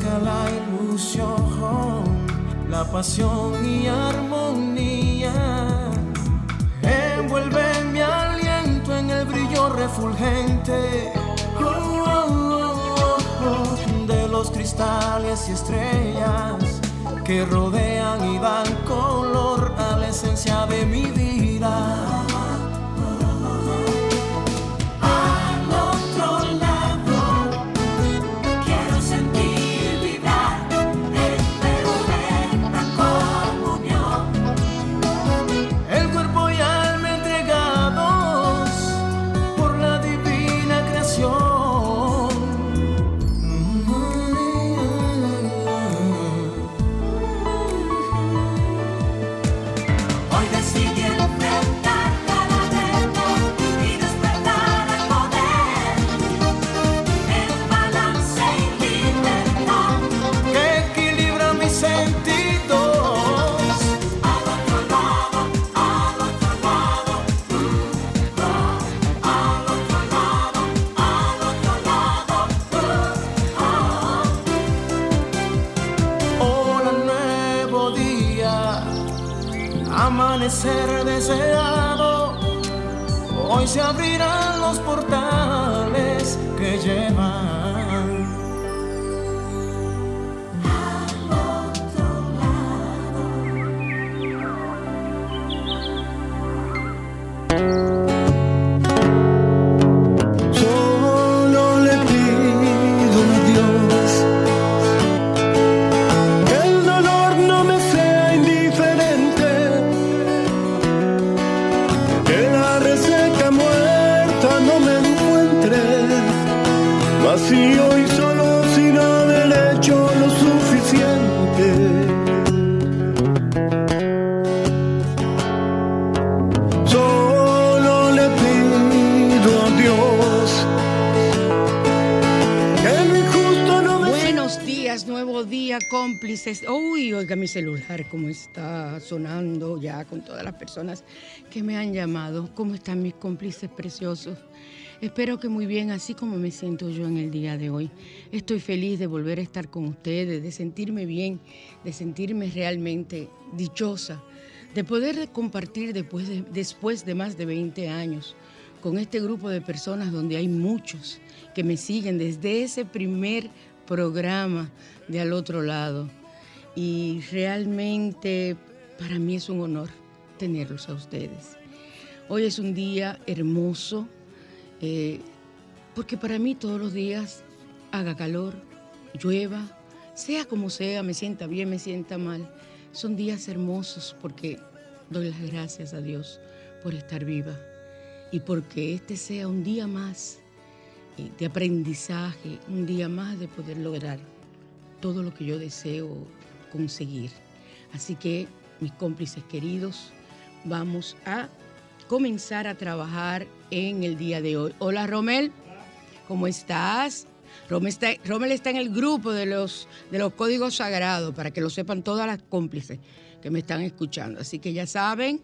crezca la ilusión, la pasión y armonía. Envuelve mi aliento en el brillo refulgente de los cristales y estrellas que rodean y dan color a la esencia de mi vida. Amanecer deseado, hoy se abrirán los portales que llevan al otro lado. Solo le pido a Dios que el dolor no me sea indiferente, que la reseca muerta no me encuentre vacío y solo sin haber hecho lo suficiente. Solo le pido a Dios que lo injusto no me... Buenos días, nuevo día, cómplices. Uy, oiga mi celular, cómo está sonando ya con todas las personas que me han llamado. ¿Cómo están mis cómplices preciosos? Espero que muy bien, así como me siento yo en el día de hoy. Estoy feliz de volver a estar con ustedes, de sentirme bien, de sentirme realmente dichosa, de poder compartir después de más de 20 años con este grupo de personas donde hay muchos que me siguen desde ese primer programa de Al Otro Lado. Y realmente para mí es un honor tenerlos a ustedes. Hoy es un día hermoso, porque para mí todos los días, haga calor, llueva, sea como sea, me sienta bien, me sienta mal, son días hermosos porque doy las gracias a Dios por estar viva y porque este sea un día más de aprendizaje, un día más de poder lograr todo lo que yo deseo conseguir. Así que, mis cómplices queridos, vamos a comenzar a trabajar en el día de hoy. Hola, Romel, ¿cómo estás? Romel está en el grupo de los códigos sagrados, para que lo sepan todas las cómplices que me están escuchando. Así que ya saben,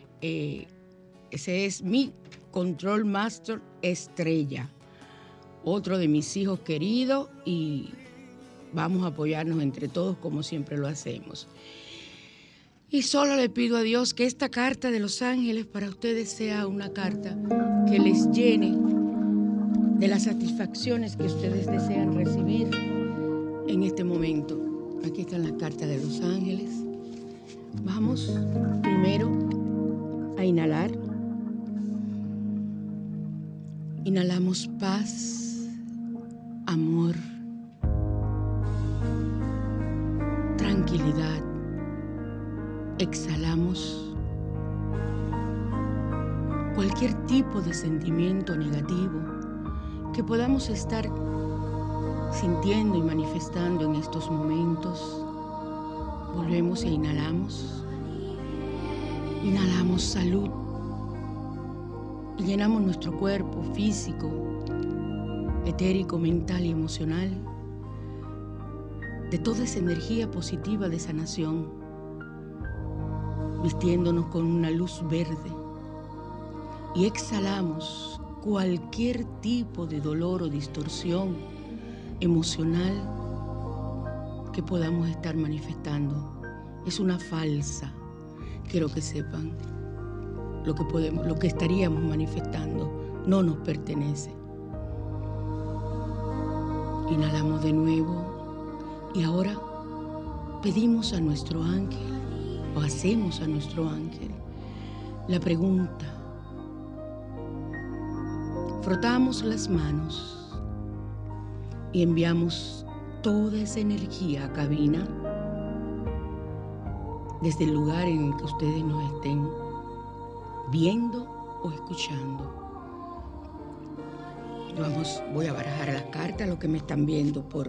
ese es mi Control Master estrella, otro de mis hijos queridos, y vamos a apoyarnos entre todos como siempre lo hacemos. Y solo le pido a Dios que esta carta de los ángeles para ustedes sea una carta que les llene de las satisfacciones que ustedes desean recibir en este momento. Aquí están las cartas de los ángeles. Vamos primero a inhalar. Inhalamos paz, amor, tranquilidad. Exhalamos cualquier tipo de sentimiento negativo que podamos estar sintiendo y manifestando en estos momentos. Volvemos e inhalamos. Inhalamos salud y llenamos nuestro cuerpo físico, etérico, mental y emocional de toda esa energía positiva de sanación, vistiéndonos con una luz verde, y exhalamos cualquier tipo de dolor o distorsión emocional que podamos estar manifestando. Es una falsa. Quiero que sepan, lo que estaríamos manifestando no nos pertenece. Inhalamos de nuevo y ahora pedimos a nuestro ángel, o hacemos a nuestro ángel, la pregunta. Frotamos las manos y enviamos toda esa energía a cabina desde el lugar en el que ustedes nos estén viendo o escuchando. Voy a barajar las cartas, los que me están viendo por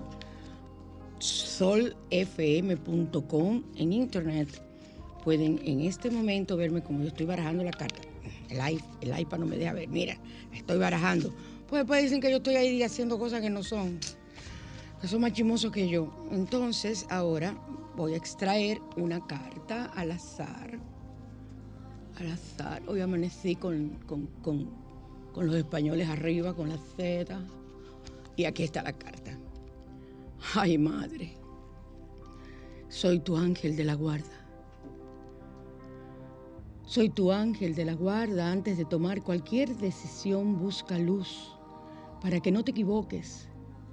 solfm.com en internet. Pueden en este momento verme como yo estoy barajando la carta. El iPad no me deja ver. Mira, estoy barajando. Pues después dicen que yo estoy ahí haciendo cosas que no son. Que son más chismosos que yo. Entonces, ahora voy a extraer una carta al azar. Al azar. Hoy amanecí con los españoles arriba, con la Z. Y aquí está la carta. Ay, madre. Soy tu ángel de la guarda. Soy tu ángel de la guarda. Antes de tomar cualquier decisión, busca luz para que no te equivoques.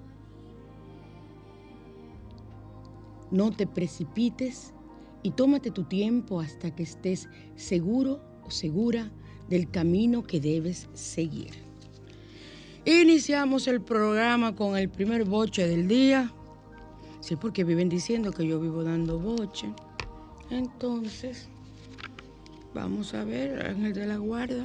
No te precipites y tómate tu tiempo hasta que estés seguro o segura del camino que debes seguir. Iniciamos el programa con el primer boche del día. Sí, porque viven diciendo que yo vivo dando boche. Entonces, vamos a ver, ángel de la guarda.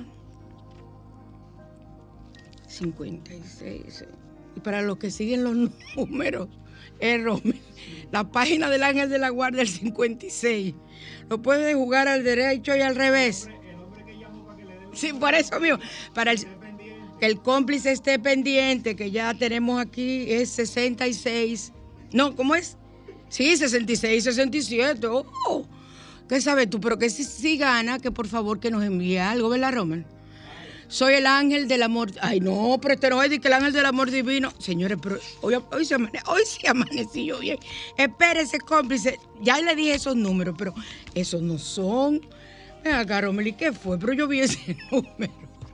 56. Y para los que siguen los números, la página del ángel de la guarda es el 56. Lo puedes jugar al derecho y al revés. Sí, por eso mismo. Para que el cómplice esté pendiente, que ya tenemos aquí, es 66. No, ¿cómo es? Sí, 66, 67. Oh, ¿qué sabes tú? Pero que si gana, que por favor que nos envíe algo, ¿verdad, Roman? Soy el ángel del amor. Ay, no, pero este no es que el ángel del amor divino. Señores, pero hoy sí amanecí yo bien. Espérese, cómplice. Ya le dije esos números, pero esos no son. Ven acá, Romeli, ¿qué fue? Pero yo vi ese número.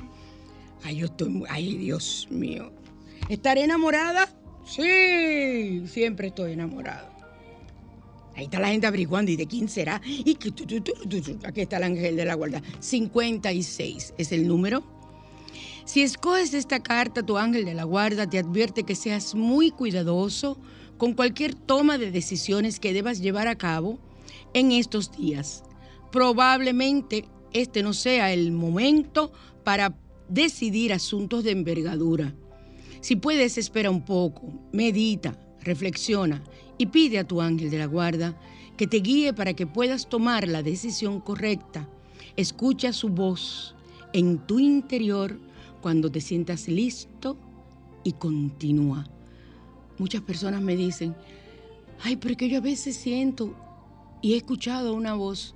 Ay, Dios mío. ¿Estaré enamorada? Sí, siempre estoy enamorada. Ahí está la gente averiguando, ¿y de quién será? Y aquí está el ángel de la guarda. 56 es el número. Si escoges esta carta, tu ángel de la guarda te advierte que seas muy cuidadoso con cualquier toma de decisiones que debas llevar a cabo en estos días. Probablemente este no sea el momento para decidir asuntos de envergadura. Si puedes, espera un poco, medita, reflexiona y pide a tu ángel de la guarda que te guíe para que puedas tomar la decisión correcta. Escucha su voz en tu interior cuando te sientas listo y continúa. Muchas personas me dicen, ay, pero que yo a veces siento y he escuchado una voz.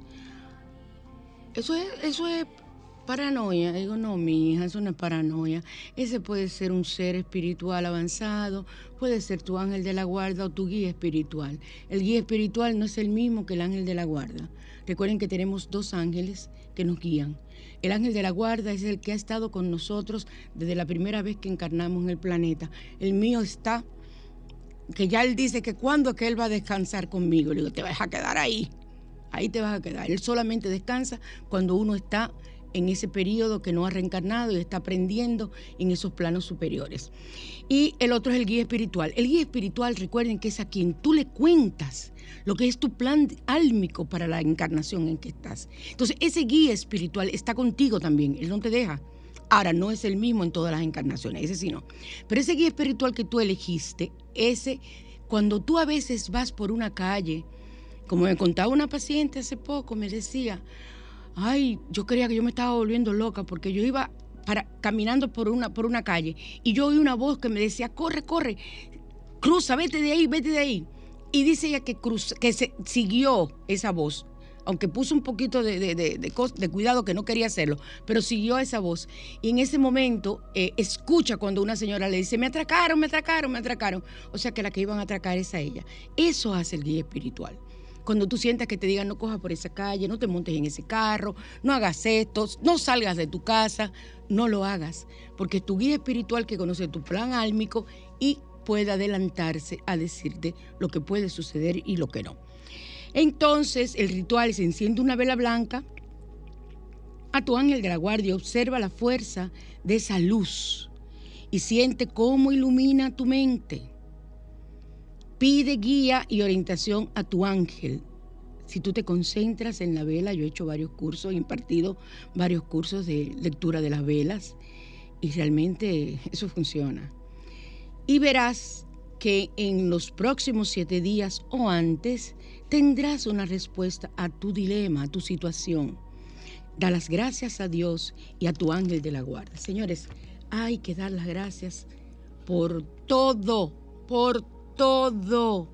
Eso es paranoia. Digo, no, mi hija, eso no es paranoia. Ese puede ser un ser espiritual avanzado, puede ser tu ángel de la guarda o tu guía espiritual. El guía espiritual no es el mismo que el ángel de la guarda. Recuerden que tenemos dos ángeles que nos guían. El ángel de la guarda es el que ha estado con nosotros desde la primera vez que encarnamos en el planeta. El mío está, que ya él dice que cuándo es que él va a descansar conmigo. Le digo, te vas a quedar ahí. Ahí te vas a quedar. Él solamente descansa cuando uno está en ese periodo que no ha reencarnado y está aprendiendo en esos planos superiores. Y el otro es el guía espiritual. El guía espiritual, recuerden que es a quien tú le cuentas lo que es tu plan álmico para la encarnación en que estás. Entonces, ese guía espiritual está contigo también, él no te deja. Ahora, no es el mismo en todas las encarnaciones, ese sí no. Pero ese guía espiritual que tú elegiste, ese, cuando tú a veces vas por una calle, como me contaba una paciente hace poco, me decía, ay, yo creía que yo me estaba volviendo loca porque yo iba caminando por una calle y yo oí una voz que me decía, corre, corre, cruza, vete de ahí, vete de ahí. Y dice ella que se siguió esa voz aunque puso un poquito de cuidado que no quería hacerlo, pero siguió a esa voz. Y en ese momento escucha cuando una señora le dice, me atracaron. O sea que la que iban a atracar es a ella. Eso hace el guía espiritual. Cuando tú sientas que te digan, no cojas por esa calle, no te montes en ese carro, no hagas esto, no salgas de tu casa, no lo hagas, porque es tu guía espiritual que conoce tu plan álmico y puede adelantarse a decirte lo que puede suceder y lo que no. Entonces, el ritual se enciende una vela blanca a tu ángel de la guardia, observa la fuerza de esa luz y siente cómo ilumina tu mente. Pide guía y orientación a tu ángel. Si tú te concentras en la vela, yo he hecho varios cursos, he impartido varios cursos de lectura de las velas y realmente eso funciona. Y verás que en los próximos 7 días o antes tendrás una respuesta a tu dilema, a tu situación. Da las gracias a Dios y a tu ángel de la guardia. Señores, hay que dar las gracias por todo, por todo.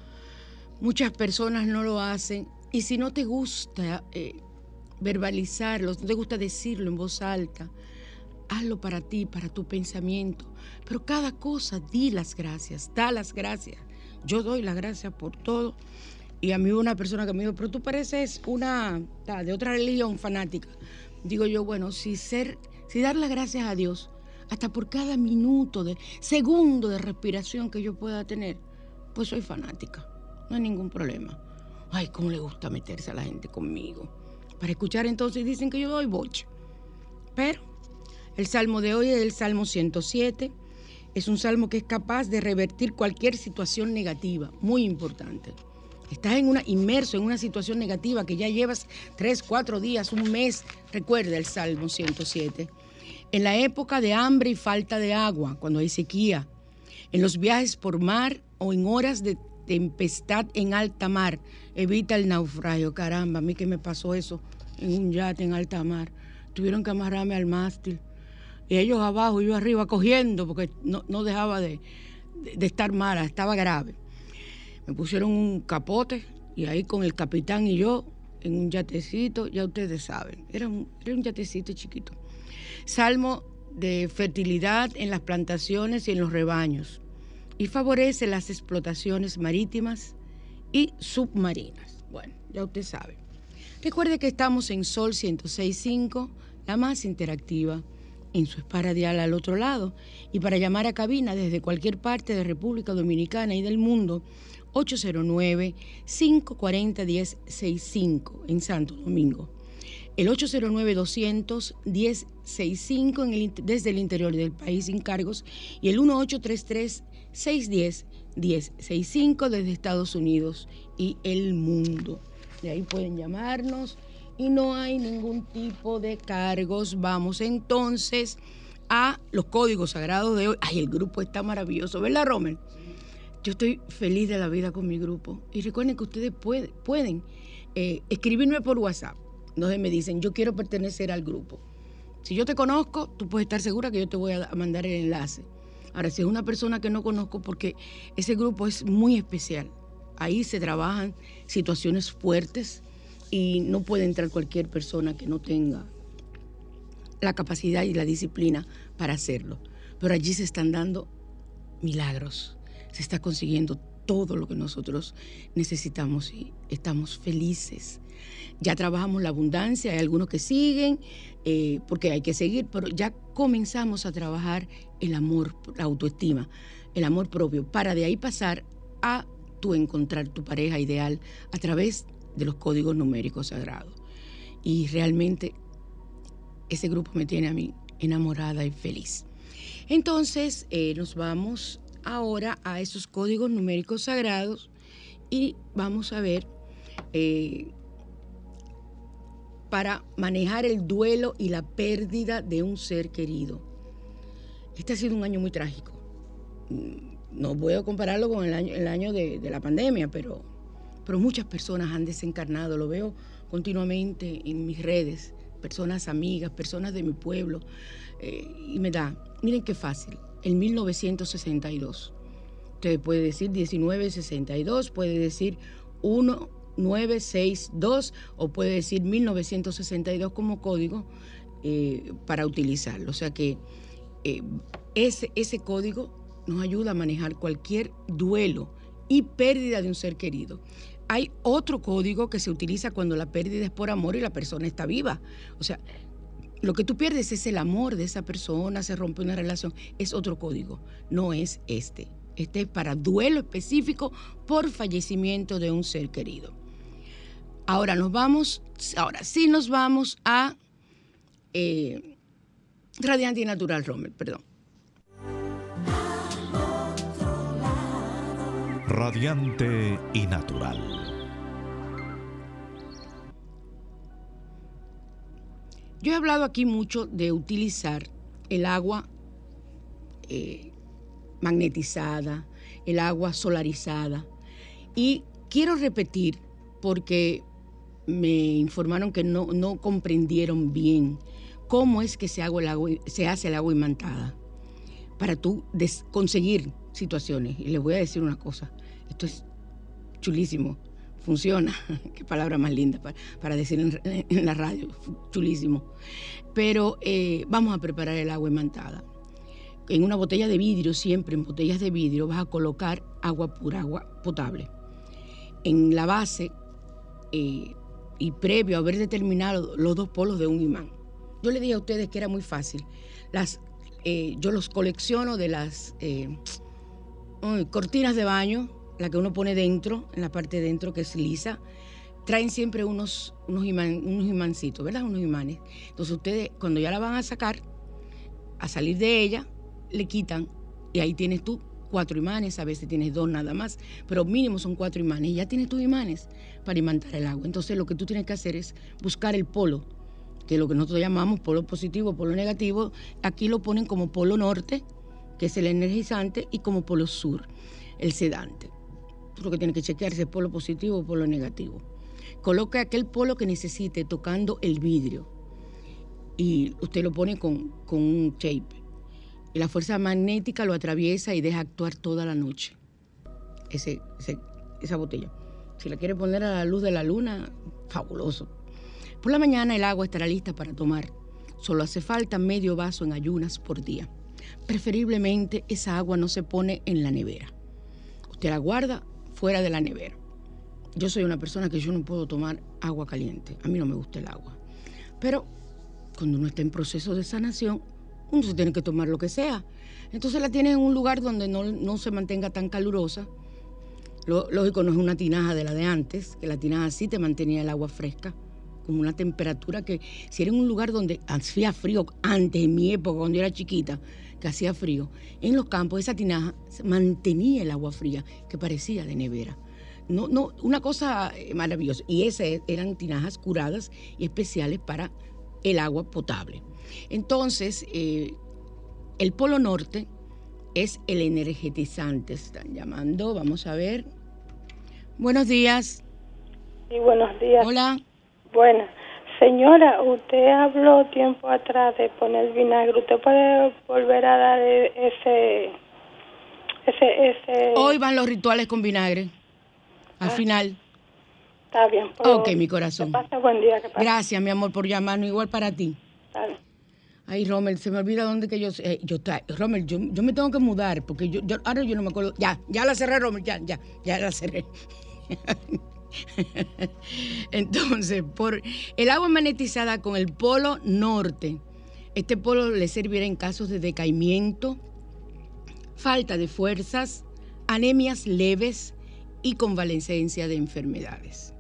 Muchas personas no lo hacen y si no te gusta verbalizarlo, no te gusta decirlo en voz alta, hazlo para ti, para tu pensamiento. Pero cada cosa, di las gracias, da las gracias. Yo doy las gracias por todo. Y a mí una persona que me dijo, pero tú pareces una de otra religión fanática. Digo yo, bueno, si dar las gracias a Dios, hasta por cada minuto, segundo de respiración que yo pueda tener, pues soy fanática. No hay ningún problema. Ay, cómo le gusta meterse a la gente conmigo. Para escuchar entonces dicen que yo doy boche. Pero el salmo de hoy es el Salmo 107. Es un salmo que es capaz de revertir cualquier situación negativa. Muy importante. Estás inmerso en una situación negativa que ya llevas 3, 4 días, un mes. Recuerda el Salmo 107. En la época de hambre y falta de agua, cuando hay sequía, en los viajes por mar o en horas de tempestad en alta mar, evita el naufragio. Caramba, a mí que me pasó eso en un yate en alta mar. Tuvieron que amarrarme al mástil. Y ellos abajo, yo arriba cogiendo, porque no dejaba de estar mala, estaba grave. Me pusieron un capote y ahí con el capitán y yo en un yatecito, ya ustedes saben, era un yatecito chiquito. Salmo de fertilidad en las plantaciones y en los rebaños y favorece las explotaciones marítimas y submarinas. Bueno, ya usted sabe. Recuerde que estamos en Sol 106.5, la más interactiva, en su esfera dial al otro lado, y para llamar a cabina desde cualquier parte de República Dominicana y del mundo, 809-540-1065 en Santo Domingo. El 809-200-1065 desde el interior del país sin cargos y el 1833-610-1065 desde Estados Unidos y el mundo. De ahí pueden llamarnos y no hay ningún tipo de cargos. Vamos entonces a los códigos sagrados de hoy. Ay, el grupo está maravilloso, ¿verdad, Romer? Yo estoy feliz de la vida con mi grupo. Y recuerden que ustedes pueden escribirme por WhatsApp. Donde me dicen, yo quiero pertenecer al grupo. Si yo te conozco, tú puedes estar segura que yo te voy a mandar el enlace. Ahora, si es una persona que no conozco, porque ese grupo es muy especial. Ahí se trabajan situaciones fuertes y no puede entrar cualquier persona que no tenga la capacidad y la disciplina para hacerlo. Pero allí se están dando milagros. Se está consiguiendo todo lo que nosotros necesitamos y estamos felices. Ya trabajamos la abundancia, hay algunos que siguen, porque hay que seguir, pero ya comenzamos a trabajar el amor, la autoestima, el amor propio, para de ahí pasar a tú encontrar tu pareja ideal a través de los códigos numéricos sagrados. Y realmente ese grupo me tiene a mí enamorada y feliz. Entonces nos vamos ahora a esos códigos numéricos sagrados y vamos a ver para manejar el duelo y la pérdida de un ser querido. Este ha sido un año muy trágico. No voy a compararlo con el año de la pandemia, pero muchas personas han desencarnado. Lo veo continuamente en mis redes, personas amigas, personas de mi pueblo, y me da, miren qué fácil, en 1962. Usted puede decir 1962, puede decir 1 962 o puede decir 1962 como código para utilizarlo. O sea que ese código nos ayuda a manejar cualquier duelo y pérdida de un ser querido. Hay otro código que se utiliza cuando la pérdida es por amor y la persona está viva. O sea, lo que tú pierdes es el amor de esa persona, se rompe una relación, es otro código, no es este. Este es para duelo específico por fallecimiento de un ser querido. Ahora sí nos vamos a Radiante y Natural, Rommel, perdón. Radiante y Natural. Yo he hablado aquí mucho de utilizar el agua magnetizada, el agua solarizada. Y quiero repetir, porque me informaron que no comprendieron bien cómo es que se hace el agua imantada para tú conseguir situaciones. Y les voy a decir una cosa, esto es chulísimo, funciona, qué palabra más linda para decir en la radio, chulísimo. Pero vamos a preparar el agua imantada. En una botella de vidrio, siempre en botellas de vidrio, vas a colocar agua pura, agua potable. En la base, y previo a haber determinado los dos polos de un imán. Yo les dije a ustedes que era muy fácil. Yo los colecciono de las cortinas de baño, la que uno pone dentro, en la parte de dentro que es lisa. Traen siempre unos imancitos, ¿verdad? Unos imanes. Entonces ustedes, cuando ya la van a sacar, a salir de ella, le quitan y ahí tienes tú 4 imanes, a veces tienes 2 nada más, pero mínimo son 4 imanes y ya tienes tus imanes para imantar el agua. Entonces lo que tú tienes que hacer es buscar el polo, que es lo que nosotros llamamos polo positivo, polo negativo. Aquí lo ponen como polo norte, que es el energizante, y como polo sur, el sedante. Tú lo que tienes que chequear es polo positivo o polo negativo. Coloca aquel polo que necesite tocando el vidrio y usted lo pone con un tape. Y la fuerza magnética lo atraviesa y deja actuar toda la noche esa botella. Si la quiere poner a la luz de la luna, fabuloso. Por la mañana el agua estará lista para tomar. Solo hace falta medio vaso en ayunas por día. Preferiblemente esa agua no se pone en la nevera. Usted la guarda fuera de la nevera. Yo soy una persona que yo no puedo tomar agua caliente. A mí no me gusta el agua. Pero cuando uno está en proceso de sanación, uno se tiene que tomar lo que sea. Entonces la tienes en un lugar donde no se mantenga tan calurosa. Lógico, no es una tinaja de la de antes, que la tinaja sí te mantenía el agua fresca, como una temperatura que, si era en un lugar donde hacía frío, antes, en mi época, cuando yo era chiquita, que hacía frío, en los campos esa tinaja mantenía el agua fría, que parecía de nevera. No, una cosa maravillosa. Y esas eran tinajas curadas y especiales para el agua potable. Entonces, el polo norte es el energetizante. Están llamando, vamos a ver. Buenos días. Sí, buenos días. Hola. Bueno, señora, usted habló tiempo atrás de poner vinagre. ¿Usted puede volver a dar ese? Hoy van los rituales con vinagre. Al final. Está bien. Ok, mi corazón. Que pase buen día. Gracias, mi amor, por llamarnos. Igual para ti. Está bien. Ay, Rommel, se me olvida dónde que yo... Rommel, yo me tengo que mudar, porque ahora yo no me acuerdo. Ya la cerré, Rommel, ya la cerré. Entonces, por el agua magnetizada con el polo norte, este polo le servirá en casos de decaimiento, falta de fuerzas, anemias leves y convalescencia de enfermedades.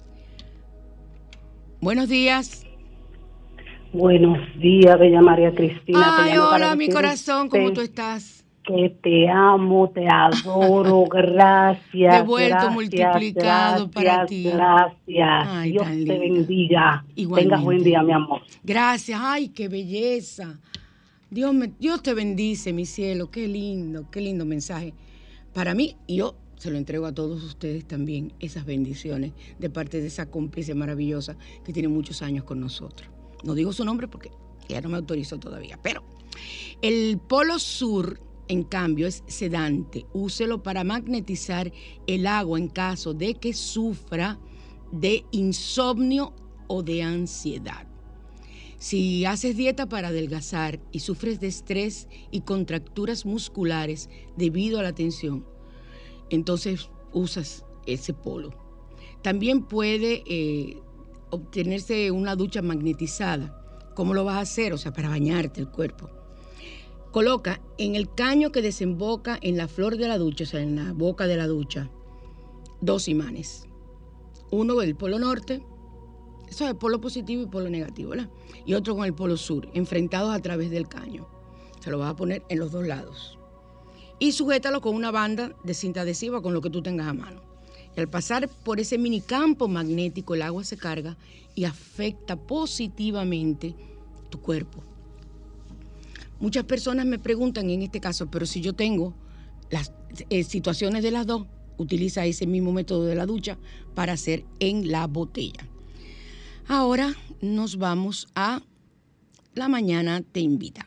Buenos días. Buenos días, bella María Cristina. Ay, hola, mi corazón, ¿cómo tú estás? Que te amo, te adoro, gracias. Devuelto, multiplicado para ti. Gracias, ay, Dios te bendiga. Igualmente. Tengas buen día, mi amor. Gracias, ay, qué belleza. Dios te bendice, mi cielo, qué lindo mensaje. Para mí, yo se lo entrego a todos ustedes también, esas bendiciones de parte de esa cómplice maravillosa que tiene muchos años con nosotros. No digo su nombre porque ella no me autorizó todavía, pero el polo sur, en cambio, es sedante. Úselo para magnetizar el agua en caso de que sufra de insomnio o de ansiedad. Si haces dieta para adelgazar y sufres de estrés y contracturas musculares debido a la tensión, entonces usas ese polo. También puede obtenerse una ducha magnetizada. ¿Cómo lo vas a hacer? O sea, para bañarte el cuerpo. Coloca en el caño que desemboca en la flor de la ducha, o sea, en la boca de la ducha, 2 imanes. Uno del polo norte, eso es el polo positivo y polo negativo, ¿verdad? Y otro con el polo sur, enfrentados a través del caño. Se lo vas a poner en los 2 lados. Y sujétalo con una banda de cinta adhesiva con lo que tú tengas a mano. Y al pasar por ese minicampo magnético, el agua se carga y afecta positivamente tu cuerpo. Muchas personas me preguntan en este caso, pero si yo tengo las situaciones de las dos, utiliza ese mismo método de la ducha para hacer en la botella. Ahora nos vamos a La Mañana Te Invita.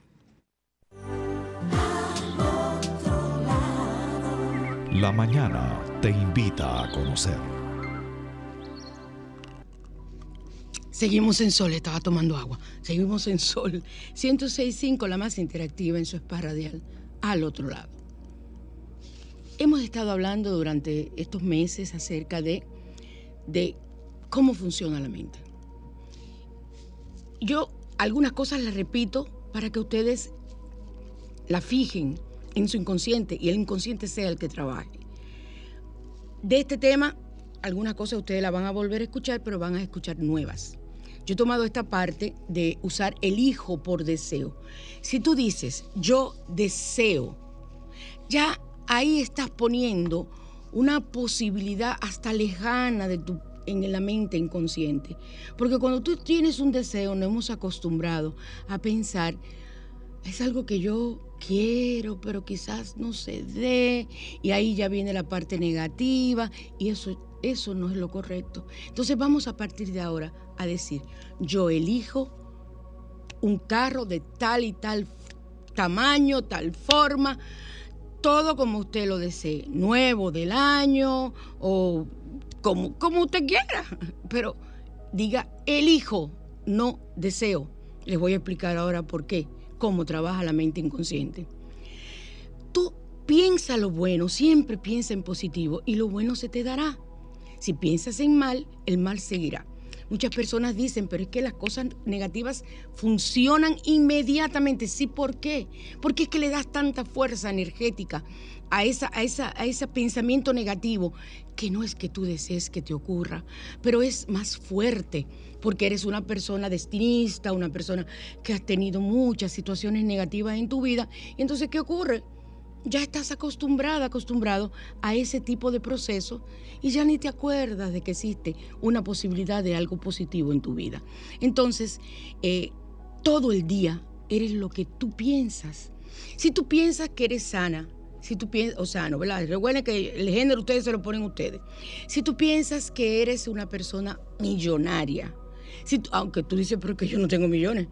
La Mañana Te Invita a conocer. Seguimos en Sol, estaba tomando agua. Seguimos en Sol 106.5, la más interactiva en su spa radial, al otro lado. Hemos estado hablando durante estos meses acerca de cómo funciona la mente. Yo algunas cosas las repito para que ustedes la fijen en su inconsciente y el inconsciente sea el que trabaje. De este tema, algunas cosas ustedes las van a volver a escuchar, pero van a escuchar nuevas. Yo he tomado esta parte de usar elijo por deseo. Si tú dices, yo deseo, ya ahí estás poniendo una posibilidad hasta lejana en la mente inconsciente. Porque cuando tú tienes un deseo, nos hemos acostumbrado a pensar, es algo que yo quiero, pero quizás no se dé, y ahí ya viene la parte negativa, y eso no es lo correcto. Entonces vamos a partir de ahora a decir, yo elijo un carro de tal y tal tamaño, tal forma, todo como usted lo desee, nuevo del año o como usted quiera, pero diga elijo, no deseo. Les voy a explicar ahora por qué, cómo trabaja la mente inconsciente. Tú piensa lo bueno, siempre piensa en positivo y lo bueno se te dará. Si piensas en mal, el mal seguirá. Muchas personas dicen, pero es que las cosas negativas funcionan inmediatamente. Sí, ¿por qué? Porque es que le das tanta fuerza energética a ese pensamiento negativo, que no es que tú desees que te ocurra, pero es más fuerte, porque eres una persona destinista, una persona que has tenido muchas situaciones negativas en tu vida. Y entonces, ¿qué ocurre? Ya estás acostumbrado a ese tipo de proceso y ya ni te acuerdas de que existe una posibilidad de algo positivo en tu vida. Entonces, todo el día eres lo que tú piensas. Si tú piensas que eres sana, si tú piensas, o sano, ¿verdad? Recuerden que el género ustedes se lo ponen ustedes. Si tú piensas que eres una persona millonaria, aunque tú dices, pero que yo no tengo millones,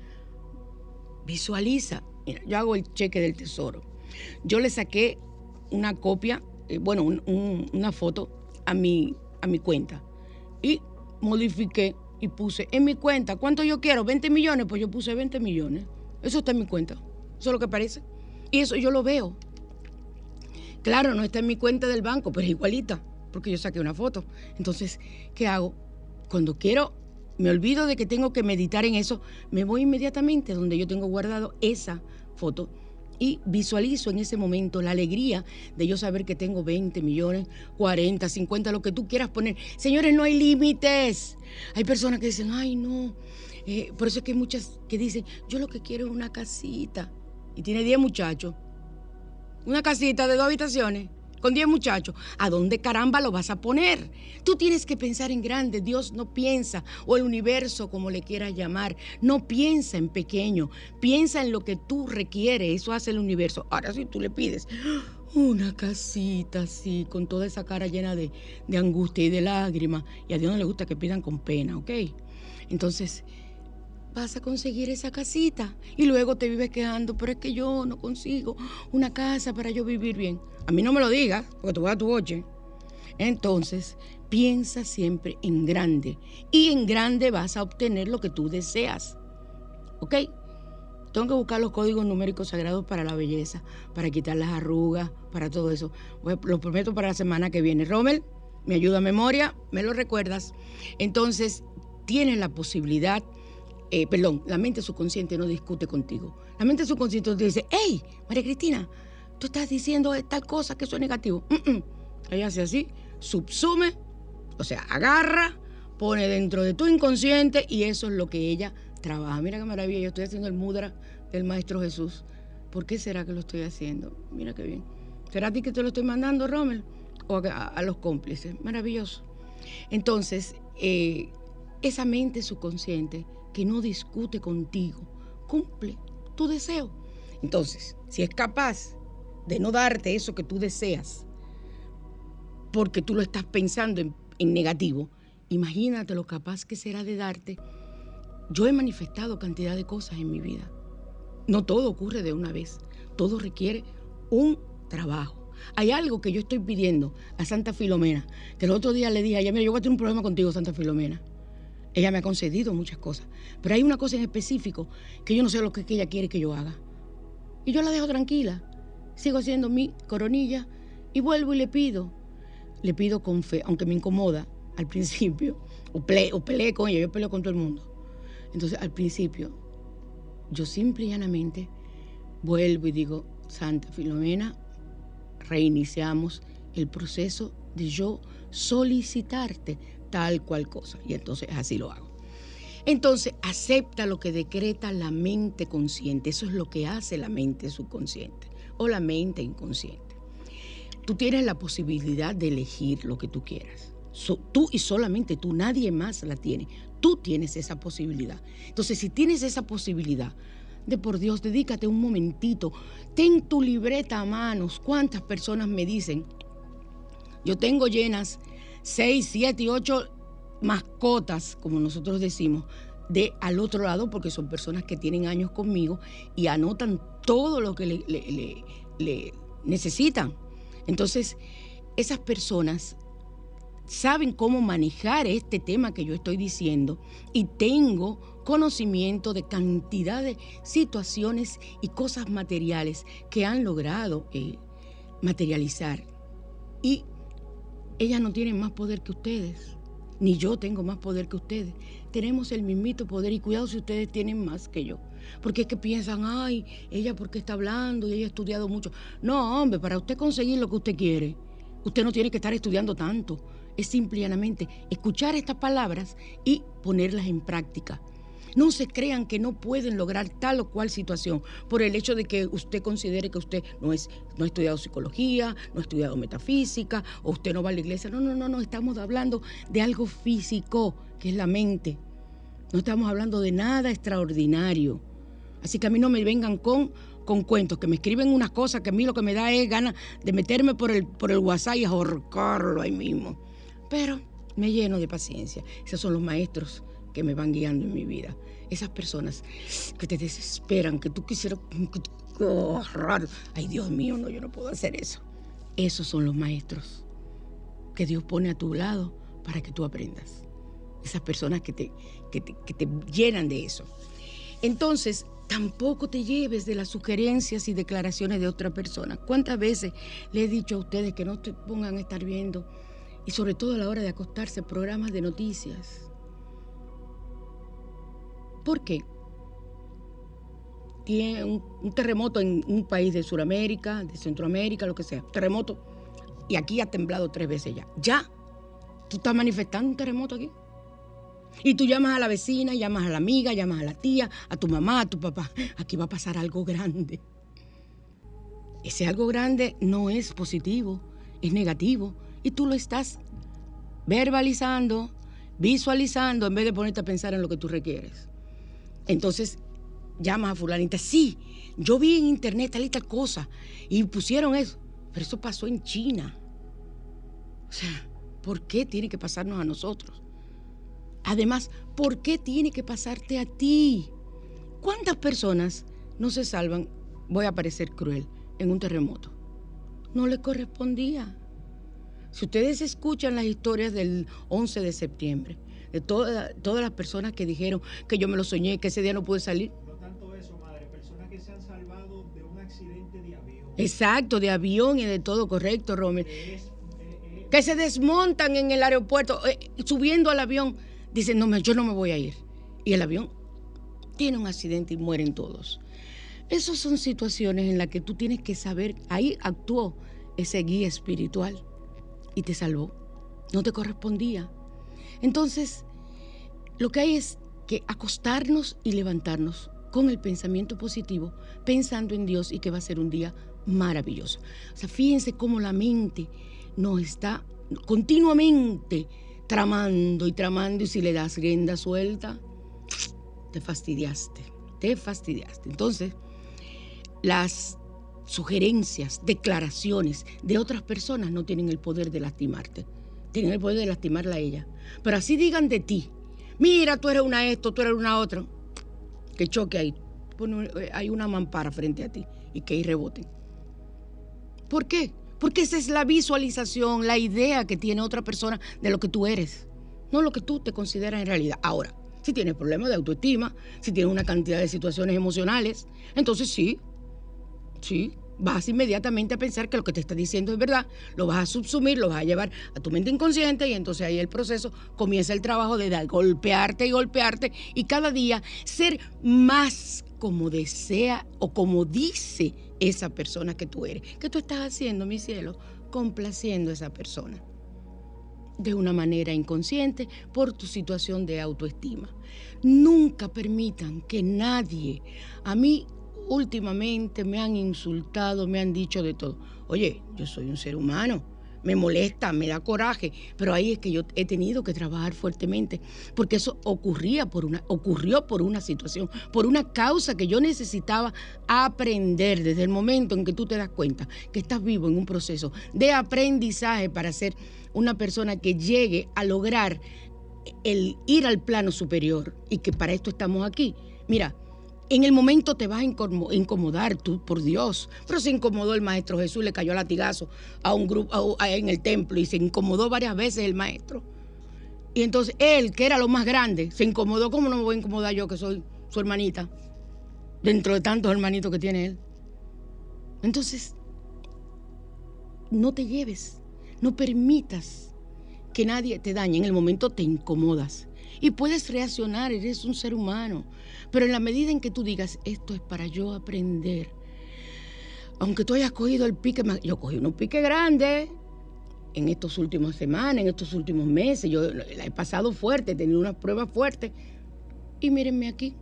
visualiza. Mira, yo hago el cheque del tesoro. Yo le saqué una copia, una foto a mi cuenta y modifiqué y puse en mi cuenta, ¿cuánto yo quiero? 20 millones, pues yo puse 20 millones. Eso está en mi cuenta, eso es lo que parece. Y eso yo lo veo. Claro, no está en mi cuenta del banco, pero es igualita, porque yo saqué una foto. Entonces, ¿qué hago? Cuando quiero, me olvido de que tengo que meditar en eso, me voy inmediatamente donde yo tengo guardado esa foto y visualizo en ese momento la alegría de yo saber que tengo 20 millones, 40, 50, lo que tú quieras poner. Señores, no hay límites. Hay personas que dicen, ay, no. Por eso es que hay muchas que dicen, yo lo que quiero es una casita. Y tiene 10 muchachos. Una casita de 2 habitaciones con 10 muchachos. ¿A dónde caramba lo vas a poner? Tú tienes que pensar en grande. Dios no piensa, o el universo, como le quieras llamar, no piensa en pequeño. Piensa en lo que tú requieres. Eso hace el universo. Ahora, si tú le pides una casita así, con toda esa cara llena de angustia y de lágrimas, y a Dios no le gusta que pidan con pena, ¿ok? Entonces, vas a conseguir esa casita y luego te vives quejando, pero es que yo no consigo una casa para yo vivir bien. A mí no me lo digas, porque tú vas a tu boche. Entonces, piensa siempre en grande. Y en grande vas a obtener lo que tú deseas. ¿Ok? Tengo que buscar los códigos numéricos sagrados para la belleza, para quitar las arrugas, para todo eso. Lo prometo para la semana que viene. Rommel, me ayuda a memoria, me lo recuerdas. Entonces, tienes la posibilidad, la mente subconsciente no discute contigo. La mente subconsciente te dice, hey, María Cristina, tú estás diciendo tal cosa que eso es negativo. Ella hace así, subsume, o sea, agarra, pone dentro de tu inconsciente y eso es lo que ella trabaja. Mira qué maravilla, yo estoy haciendo el mudra del Maestro Jesús. ¿Por qué será que lo estoy haciendo? Mira qué bien. ¿Será a ti que te lo estoy mandando, Rommel? ¿O a los cómplices? Maravilloso. Entonces, esa mente subconsciente que no discute contigo, cumple tu deseo. Entonces, si es capaz de no darte eso que tú deseas, porque tú lo estás pensando en negativo, imagínate lo capaz que será de darte. Yo he manifestado cantidad de cosas en mi vida. No todo ocurre de una vez. Todo requiere un trabajo. Hay algo que yo estoy pidiendo a Santa Filomena, que el otro día le dije a ella, mira, yo voy a tener un problema contigo, Santa Filomena. Ella me ha concedido muchas cosas, pero hay una cosa en específico que yo no sé lo que ella quiere que yo haga. Y yo la dejo tranquila. Sigo haciendo mi coronilla y vuelvo y le pido con fe, aunque me incomoda al principio, o peleé con ella, yo peleo con todo el mundo. Entonces, al principio, yo simple y llanamente vuelvo y digo, Santa Filomena, reiniciamos el proceso de yo solicitarte tal cual cosa. Y entonces así lo hago. Entonces, acepta lo que decreta la mente consciente. Eso es lo que hace la mente subconsciente o la mente inconsciente. Tú tienes la posibilidad de elegir lo que tú quieras. Tú y solamente tú, nadie más la tiene. Tú tienes esa posibilidad. Entonces, si tienes esa posibilidad, de por Dios, dedícate un momentito. Ten tu libreta a manos. ¿Cuántas personas me dicen? Yo tengo llenas 6, 7 y 8 mascotas, como nosotros decimos, de al otro lado, porque son personas que tienen años conmigo y anotan todo lo que le necesitan. Entonces, esas personas saben cómo manejar este tema que yo estoy diciendo y tengo conocimiento de cantidad de situaciones y cosas materiales que han logrado materializar. Y ellas no tienen más poder que ustedes, ni yo tengo más poder que ustedes. Tenemos el mismito poder y cuidado si ustedes tienen más que yo. Porque es que piensan, ay, ella porque está hablando y ella ha estudiado mucho. No, hombre, para usted conseguir lo que usted quiere, usted no tiene que estar estudiando tanto. Es simplemente escuchar estas palabras y ponerlas en práctica. No se crean que no pueden lograr tal o cual situación por el hecho de que usted considere que usted no ha estudiado psicología, no ha estudiado metafísica, o usted no va a la iglesia. No, estamos hablando de algo físico, que es la mente. No estamos hablando de nada extraordinario. Así que a mí no me vengan con cuentos, que me escriben unas cosas que a mí lo que me da es ganas de meterme por el WhatsApp y ahorcarlo ahí mismo. Pero me lleno de paciencia. Esos son los maestros que me van guiando en mi vida. Esas personas que te desesperan, que tú quisieras... raro. Ay, Dios mío, no, yo no puedo hacer eso. Esos son los maestros que Dios pone a tu lado para que tú aprendas. Esas personas que te llenan de eso. Entonces, tampoco te lleves de las sugerencias y declaraciones de otra persona. ¿Cuántas veces le he dicho a ustedes que no te pongan a estar viendo, y sobre todo a la hora de acostarse, programas de noticias? ¿Por qué? Tiene un terremoto en un país de Sudamérica, de Centroamérica, lo que sea, terremoto, y aquí ha temblado 3 veces ya. ¿Ya? ¿Tú estás manifestando un terremoto aquí? Y tú llamas a la vecina, llamas a la amiga, llamas a la tía, a tu mamá, a tu papá. Aquí va a pasar algo grande. Ese algo grande no es positivo, es negativo. Y tú lo estás verbalizando, visualizando, en vez de ponerte a pensar en lo que tú requieres. Entonces, llamas a fulanita. Sí, yo vi en internet tal y tal cosa y pusieron eso. Pero eso pasó en China. O sea, ¿por qué tiene que pasarnos a nosotros? Además, ¿por qué tiene que pasarte a ti? ¿Cuántas personas no se salvan, voy a parecer cruel, en un terremoto? No le correspondía. Si ustedes escuchan las historias del 11 de septiembre, de todas las personas que dijeron que yo me lo soñé, que ese día no pude salir. No tanto eso, madre, personas que se han salvado de un accidente de avión. Exacto, de avión y de todo, correcto, Rommel. Que se desmontan en el aeropuerto, subiendo al avión, dicen, no, yo no me voy a ir. Y el avión tiene un accidente y mueren todos. Esas son situaciones en las que tú tienes que saber, ahí actuó ese guía espiritual y te salvó. No te correspondía. Entonces, lo que hay es que acostarnos y levantarnos con el pensamiento positivo, pensando en Dios y que va a ser un día maravilloso. O sea, fíjense cómo la mente nos está continuamente tramando y si le das rienda suelta, te fastidiaste. Entonces, las sugerencias, declaraciones de otras personas no tienen el poder de lastimarte, tienen el poder de lastimarla a ella. Pero así digan de ti, mira, tú eres una esto, tú eres una otra, que choque ahí, hay una mampara frente a ti y que ahí reboten. ¿Por qué? Porque esa es la visualización, la idea que tiene otra persona de lo que tú eres, no lo que tú te consideras en realidad. Ahora, si tienes problemas de autoestima, si tienes una cantidad de situaciones emocionales, entonces sí, vas inmediatamente a pensar que lo que te está diciendo es verdad, lo vas a subsumir, lo vas a llevar a tu mente inconsciente y entonces ahí el proceso comienza el trabajo de golpearte y cada día ser más como desea o como dice esa persona que tú eres. ¿Qué tú estás haciendo, mi cielo? Complaciendo a esa persona de una manera inconsciente por tu situación de autoestima. Nunca permitan que nadie, a mí últimamente me han insultado, me han dicho de todo. Oye, yo soy un ser humano, me molesta, me da coraje, pero ahí es que yo he tenido que trabajar fuertemente, porque eso ocurrió por una situación, por una causa que yo necesitaba aprender desde el momento en que tú te das cuenta que estás vivo en un proceso de aprendizaje para ser una persona que llegue a lograr el ir al plano superior y que para esto estamos aquí. Mira, en el momento te vas a incomodar tú, por Dios, pero se incomodó el Maestro Jesús, le cayó a latigazo a un grupo en el templo y se incomodó varias veces el Maestro. Y entonces él, que era lo más grande, se incomodó. ¿Cómo no me voy a incomodar yo, que soy su hermanita, dentro de tantos hermanitos que tiene él? Entonces, no te lleves, no permitas que nadie te dañe. En el momento te incomodas y puedes reaccionar, eres un ser humano. Pero en la medida en que tú digas, esto es para yo aprender, aunque tú hayas cogido el pique, yo cogí unos piques grandes en estas últimas semanas, en estos últimos meses, yo la he pasado fuerte, he tenido unas pruebas fuertes, y mírenme aquí,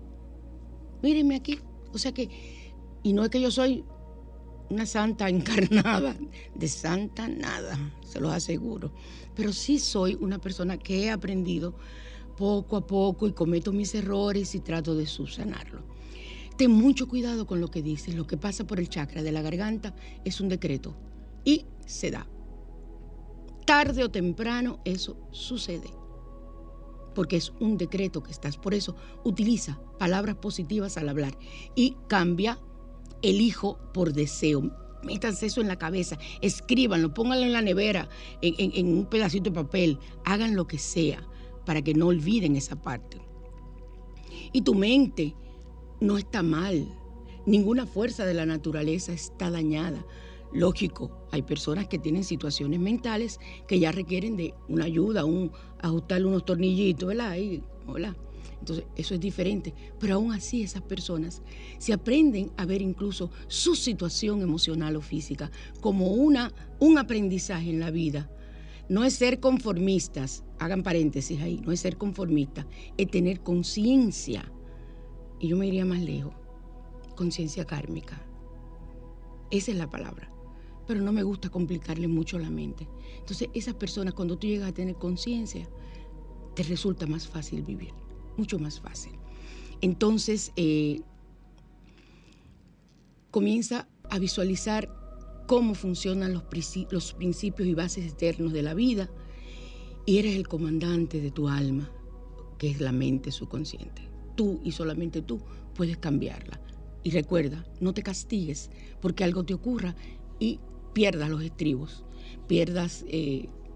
o sea que, y no es que yo soy una santa encarnada, de santa nada, se los aseguro, pero sí soy una persona que he aprendido poco a poco y cometo mis errores y trato de subsanarlo. Ten mucho cuidado con lo que dices. Lo que pasa por el chakra de la garganta es un decreto y se da. Tarde o temprano eso sucede, porque es un decreto que estás. Por eso utiliza palabras positivas al hablar y cambia elijo por deseo. Métanse eso en la cabeza, escríbanlo, pónganlo en la nevera, en un pedacito de papel, hagan lo que sea para que no olviden esa parte. Y tu mente no está mal, ninguna fuerza de la naturaleza está dañada. Lógico, hay personas que tienen situaciones mentales que ya requieren de una ayuda, ajustarle unos tornillitos, ¿verdad? Hola. Entonces, eso es diferente. Pero aún así, esas personas se aprenden a ver incluso su situación emocional o física como un aprendizaje en la vida. No es ser conformistas, hagan paréntesis ahí, no es ser conformista, es tener conciencia. Y yo me iría más lejos, conciencia kármica. Esa es la palabra. Pero no me gusta complicarle mucho la mente. Entonces, esas personas, cuando tú llegas a tener conciencia, te resulta más fácil vivir, mucho más fácil. Entonces, comienza a visualizar cómo funcionan los principios y bases eternos de la vida, y eres el comandante de tu alma, que es la mente subconsciente. Tú y solamente tú puedes cambiarla. Y recuerda, no te castigues porque algo te ocurra y pierdas los estribos, pierdas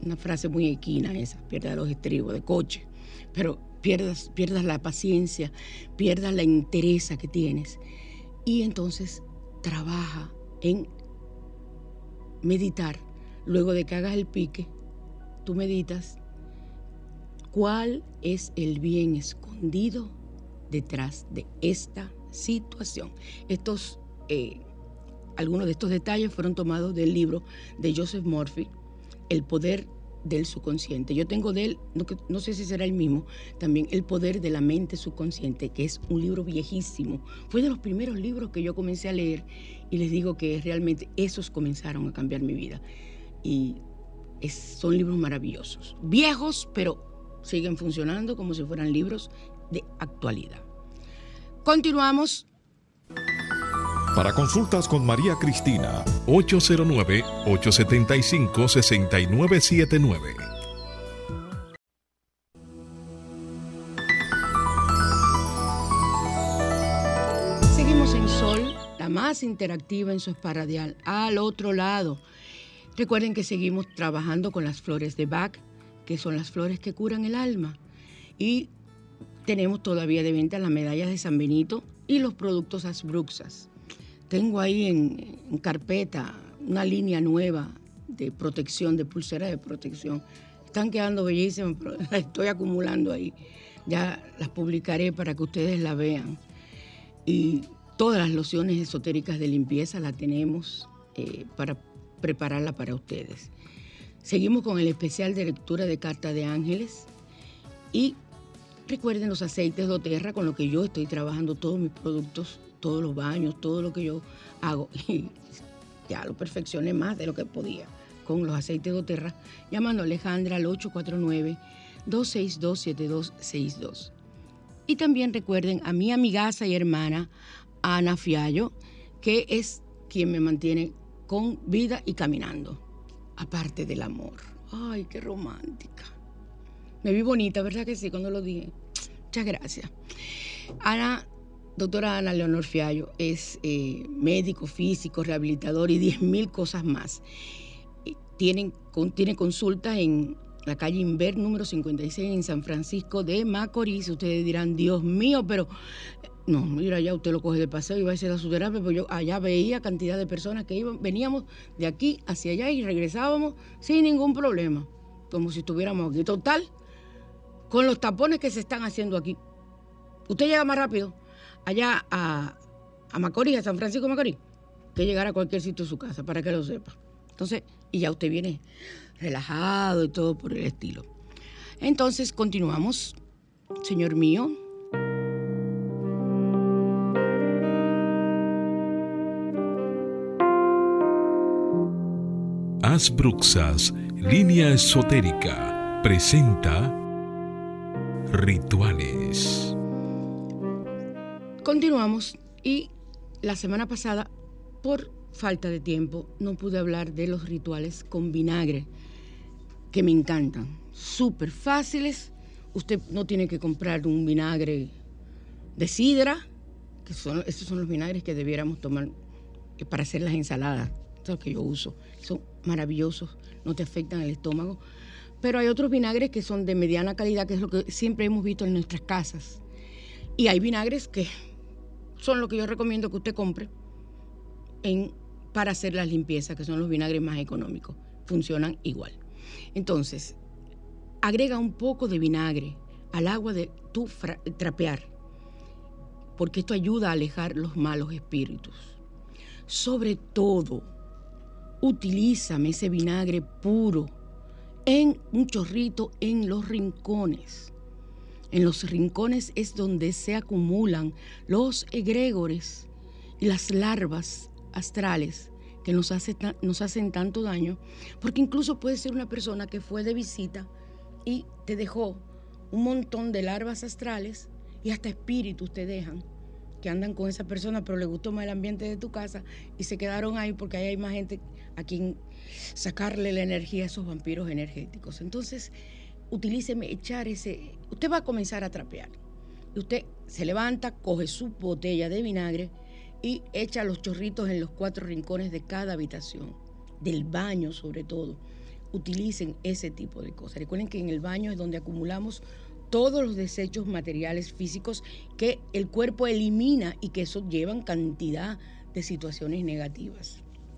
una frase muy equina esa, pierdas los estribos de coche, pero pierdas la paciencia, pierdas la entereza que tienes. Y entonces trabaja en meditar. Luego de que hagas el pique, tú meditas cuál es el bien escondido detrás de esta situación. Algunos de estos detalles fueron tomados del libro de Joseph Murphy, El poder del subconsciente. Yo tengo de él, no sé si será el mismo, también El poder de la mente subconsciente, que es un libro viejísimo. Fue de los primeros libros que yo comencé a leer y les digo que realmente esos comenzaron a cambiar mi vida. Y son libros maravillosos, viejos, pero siguen funcionando como si fueran libros de actualidad. Continuamos. Para consultas con María Cristina, 809-875-6979. Seguimos en Sol, la más interactiva en su esparradial, al otro lado. Recuerden que seguimos trabajando con las flores de Bach, que son las flores que curan el alma. Y tenemos todavía de venta las medallas de San Benito y los productos Asbruxas. Tengo ahí en carpeta una línea nueva de protección, de pulseras de protección. Están quedando bellísimas, pero las estoy acumulando ahí. Ya las publicaré para que ustedes las vean. Y todas las lociones esotéricas de limpieza las tenemos para prepararla para ustedes. Seguimos con el especial de lectura de Carta de Ángeles. Y recuerden los aceites doTERRA, con lo que yo estoy trabajando todos mis productos, todos los baños, todo lo que yo hago. Y ya lo perfeccioné más de lo que podía con los aceites doTERRA, llamando a Alejandra al 849-262-7262. Y también recuerden a mi amigaza y hermana Ana Fiallo, que es quien me mantiene con vida y caminando, aparte del amor. Ay, qué romántica. Me vi bonita, ¿verdad que sí? Cuando lo dije. Muchas gracias. Doctora Ana Leonor Fiallo es médico, físico, rehabilitador y 10,000 cosas más. Tiene consultas en la calle Inver, número 56, en San Francisco de Macorís. Ustedes dirán, Dios mío, pero no, mira, ya usted lo coge de paseo y va a hacer su terapia, pero yo allá veía cantidad de personas que veníamos de aquí hacia allá y regresábamos sin ningún problema, como si estuviéramos aquí. Total, con los tapones que se están haciendo aquí, usted llega más rápido allá a Macorís, a San Francisco de Macorís, que llegar a cualquier sitio de su casa, para que lo sepa. Entonces, y ya usted viene relajado y todo por el estilo. Entonces, continuamos, señor mío. Asbruxas, línea esotérica, presenta Rituales. Continuamos, y la semana pasada, por falta de tiempo, no pude hablar de los rituales con vinagre, que me encantan, súper fáciles. Usted no tiene que comprar un vinagre de sidra, estos son los vinagres que debiéramos tomar para hacer las ensaladas, es lo que yo uso. Son maravillosos, no te afectan el estómago. Pero hay otros vinagres que son de mediana calidad, que es lo que siempre hemos visto en nuestras casas. Y hay vinagres que son lo que yo recomiendo que usted compre para hacer las limpiezas, que son los vinagres más económicos. Funcionan igual. Entonces, agrega un poco de vinagre al agua de tu trapear, porque esto ayuda a alejar los malos espíritus. Sobre todo, utilízame ese vinagre puro en un chorrito en los rincones. En los rincones es donde se acumulan los egregores y las larvas astrales que nos hacen tanto daño, porque incluso puede ser una persona que fue de visita y te dejó un montón de larvas astrales, y hasta espíritus te dejan, que andan con esa persona, pero les gustó más el ambiente de tu casa y se quedaron ahí porque ahí hay más gente a quien sacarle la energía a esos vampiros energéticos. Entonces, usted va a comenzar a trapear. Y usted se levanta, coge su botella de vinagre y echa los chorritos en los 4 rincones de cada habitación, del baño sobre todo. utilicen ese tipo de cosas. Recuerden que en el baño es donde acumulamos todos los desechos materiales físicos que el cuerpo elimina y que eso llevan cantidad de situaciones negativas.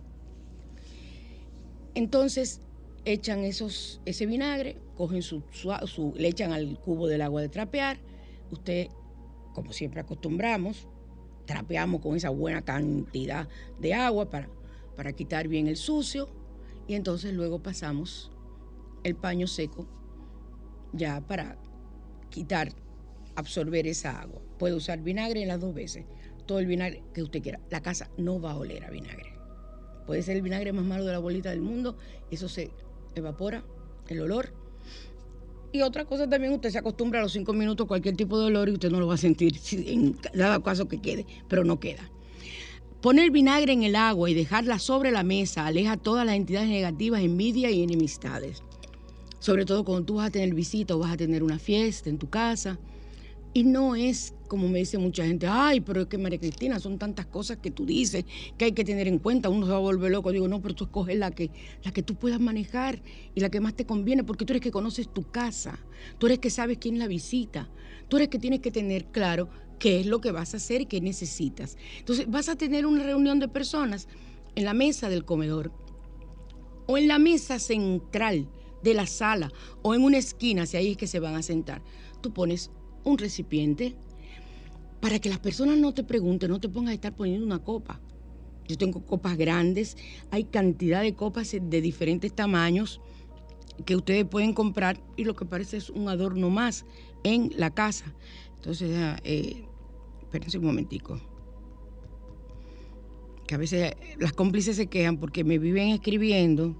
Entonces echan ese vinagre, cogen le echan al cubo del agua de trapear. Usted, como siempre acostumbramos, trapeamos con esa buena cantidad de agua para quitar bien el sucio, y entonces luego pasamos el paño seco ya para absorber esa agua. Puede usar vinagre en las 2 veces, todo el vinagre que usted quiera. La casa no va a oler a vinagre. Puede ser el vinagre más malo de la bolita del mundo, eso se evapora, el olor. Y otra cosa también, usted se acostumbra a los 5 minutos a cualquier tipo de olor y usted no lo va a sentir en dado caso que quede, pero no queda. Poner vinagre en el agua y dejarla sobre la mesa aleja todas las entidades negativas, envidia y enemistades. Sobre todo cuando tú vas a tener visita o vas a tener una fiesta en tu casa. Y no es, como me dice mucha gente, ay, pero es que María Cristina, son tantas cosas que tú dices que hay que tener en cuenta, uno se va a volver loco. Digo, no, pero tú escoges la que tú puedas manejar y la que más te conviene, porque tú eres que conoces tu casa, tú eres que sabes quién la visita, tú eres que tienes que tener claro qué es lo que vas a hacer y qué necesitas. Entonces, vas a tener una reunión de personas en la mesa del comedor o en la mesa central de la sala o en una esquina, si ahí es que se van a sentar. Tú pones un recipiente para que las personas no te pregunten, no te pongas a estar poniendo una copa. Yo tengo copas grandes, hay cantidad de copas de diferentes tamaños que ustedes pueden comprar y lo que parece es un adorno más en la casa. Entonces, espérense un momentico, que a veces las cómplices se quejan porque me viven escribiendo.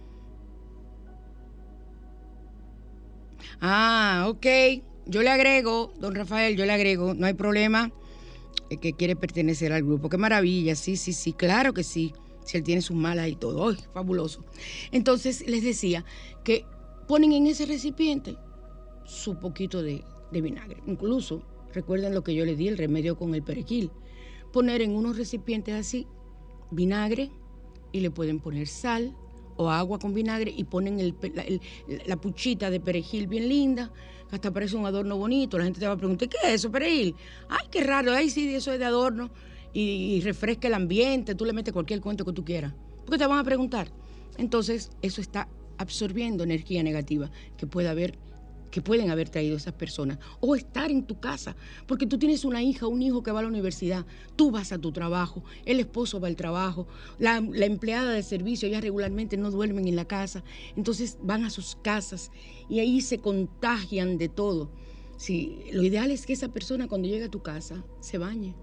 Ok. Yo le agrego, don Rafael, yo le agrego, no hay problema, que quiere pertenecer al grupo. ¡Qué maravilla! Sí, claro que sí. Si él tiene sus malas y todo. ¡Ay, fabuloso! Entonces, les decía que ponen en ese recipiente su poquito de vinagre. Incluso, recuerden lo que yo les di, el remedio con el perejil. Poner en unos recipientes así vinagre y le pueden poner sal o agua con vinagre y ponen la puchita de perejil bien linda, que hasta parece un adorno bonito. La gente te va a preguntar, ¿qué es eso, perejil? Ay, qué raro, ay, sí, eso es de adorno. Y refresca el ambiente, tú le metes cualquier cuento que tú quieras. Porque te van a preguntar. Entonces, eso está absorbiendo energía negativa que pueden haber traído esas personas, o estar en tu casa, porque tú tienes una hija, un hijo que va a la universidad, tú vas a tu trabajo, el esposo va al trabajo, la empleada de servicio, ellas regularmente no duermen en la casa, entonces van a sus casas y ahí se contagian de todo. Sí, lo ideal es que esa persona cuando llega a tu casa se bañe,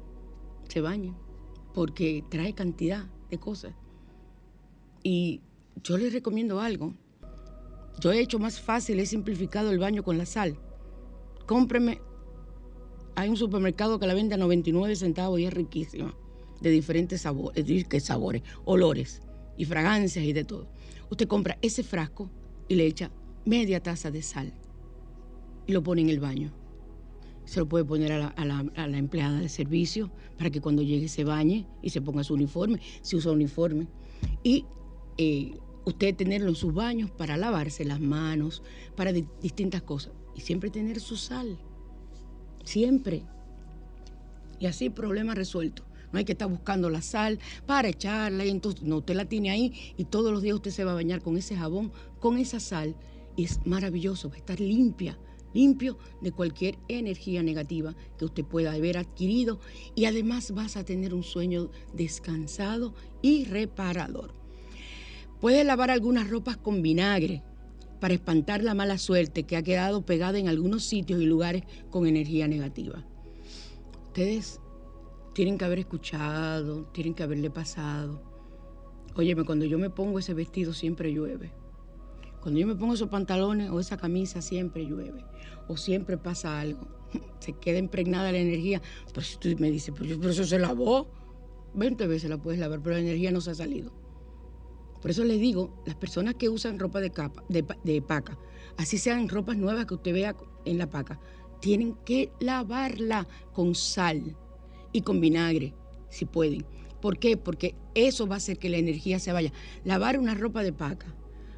porque trae cantidad de cosas. Y yo les recomiendo algo. Yo he hecho más fácil, he simplificado el baño con la sal. Cómpreme, hay un supermercado que la vende a 99 centavos y es riquísima, de diferentes sabores, olores y fragancias y de todo. Usted compra ese frasco y le echa media taza de sal y lo pone en el baño. Se lo puede poner a la empleada de servicio para que cuando llegue se bañe y se ponga su uniforme, si usa uniforme. Y usted tenerlo en sus baños para lavarse las manos, para distintas cosas. Y siempre tener su sal. Siempre. Y así problema resuelto. No hay que estar buscando la sal para echarla y entonces no, usted la tiene ahí y todos los días usted se va a bañar con ese jabón, con esa sal. Y es maravilloso, va a estar limpio de cualquier energía negativa que usted pueda haber adquirido y además vas a tener un sueño descansado y reparador. Puede lavar algunas ropas con vinagre para espantar la mala suerte que ha quedado pegada en algunos sitios y lugares con energía negativa. Ustedes tienen que haber escuchado, tienen que haberle pasado. Óyeme, cuando yo me pongo ese vestido siempre llueve. Cuando yo me pongo esos pantalones o esa camisa siempre llueve. O siempre pasa algo. Se queda impregnada la energía. Pero si tú me dices, pero eso se lavó. 20 veces la puedes lavar, pero la energía no se ha salido. Por eso les digo, las personas que usan ropa de paca, así sean ropas nuevas que usted vea en la paca, tienen que lavarla con sal y con vinagre, si pueden. ¿Por qué? Porque eso va a hacer que la energía se vaya. Lavar una ropa de paca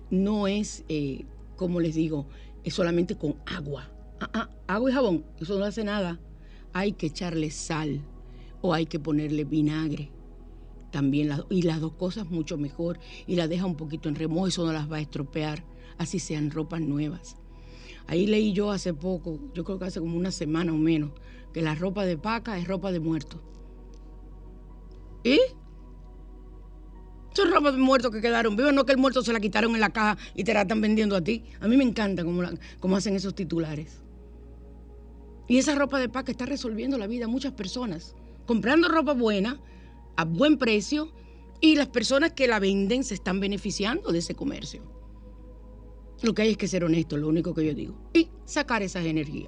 no es, como les digo, es solamente con agua. Agua y jabón, eso no hace nada. Hay que echarle sal o hay que ponerle vinagre. También, y las dos cosas mucho mejor. Y la deja un poquito en remojo, eso no las va a estropear. Así sean ropas nuevas. Ahí leí yo hace poco, yo creo que hace como una semana o menos, que la ropa de paca es ropa de muerto. ¿Y? Son ropas de muertos que quedaron vivos, no que el muerto se la quitaron en la caja y te la están vendiendo a ti. A mí me encanta cómo hacen esos titulares. Y esa ropa de paca está resolviendo la vida a muchas personas, comprando ropa buena, a buen precio, y las personas que la venden se están beneficiando de ese comercio. Lo que hay es que ser honesto, lo único que yo digo, y sacar esas energías.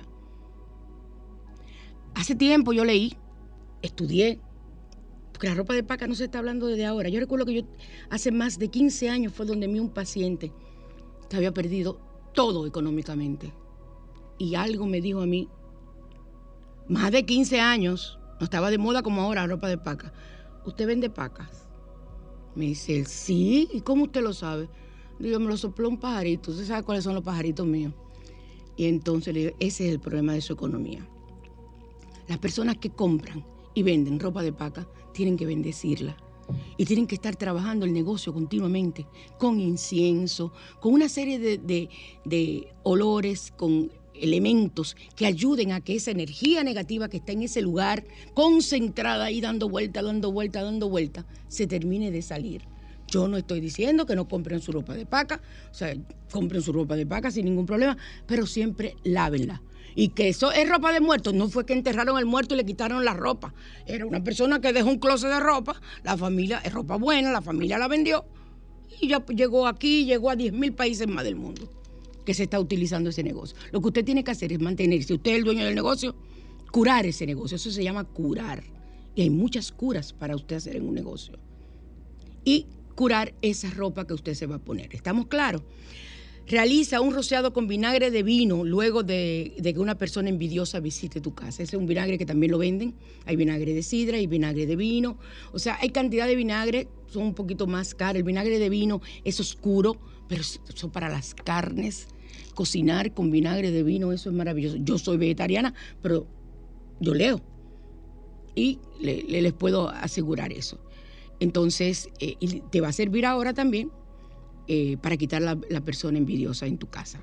Hace tiempo yo leí, estudié, porque la ropa de paca no se está hablando desde ahora. Yo recuerdo que yo hace más de 15 años fue donde vi un paciente que había perdido todo económicamente. Y algo me dijo a mí, más de 15 años, no estaba de moda como ahora la ropa de paca. ¿Usted vende pacas? Me dice él, sí. ¿Y cómo usted lo sabe? Digo, me lo sopló un pajarito. ¿Usted sabe cuáles son los pajaritos míos? Y entonces le digo, ese es el problema de su economía. Las personas que compran y venden ropa de paca tienen que bendecirla. Y tienen que estar trabajando el negocio continuamente, con incienso, con una serie de olores, con elementos que ayuden a que esa energía negativa que está en ese lugar, concentrada ahí dando vuelta, se termine de salir. Yo no estoy diciendo que no compren su ropa de paca, o sea, compren su ropa de paca sin ningún problema, pero siempre lávenla. Y que eso es ropa de muerto, no fue que enterraron al muerto y le quitaron la ropa. Era una persona que dejó un closet de ropa, la familia, es ropa buena, la familia la vendió y ya llegó aquí, llegó a 10,000 países más del mundo que se está utilizando ese negocio. Lo que usted tiene que hacer es mantenerse, usted es el dueño del negocio, curar ese negocio, eso se llama curar. Y hay muchas curas para usted hacer en un negocio. Y curar esa ropa que usted se va a poner. ¿Estamos claros? Realiza un rociado con vinagre de vino luego de que una persona envidiosa visite tu casa. Ese es un vinagre que también lo venden. Hay vinagre de sidra, hay vinagre de vino. O sea, hay cantidad de vinagre, son un poquito más caros. El vinagre de vino es oscuro, pero eso para las carnes. Cocinar con vinagre de vino, eso es maravilloso. Yo soy vegetariana, pero yo leo. Y les puedo asegurar eso. Entonces, y te va a servir ahora también para quitar la persona envidiosa en tu casa.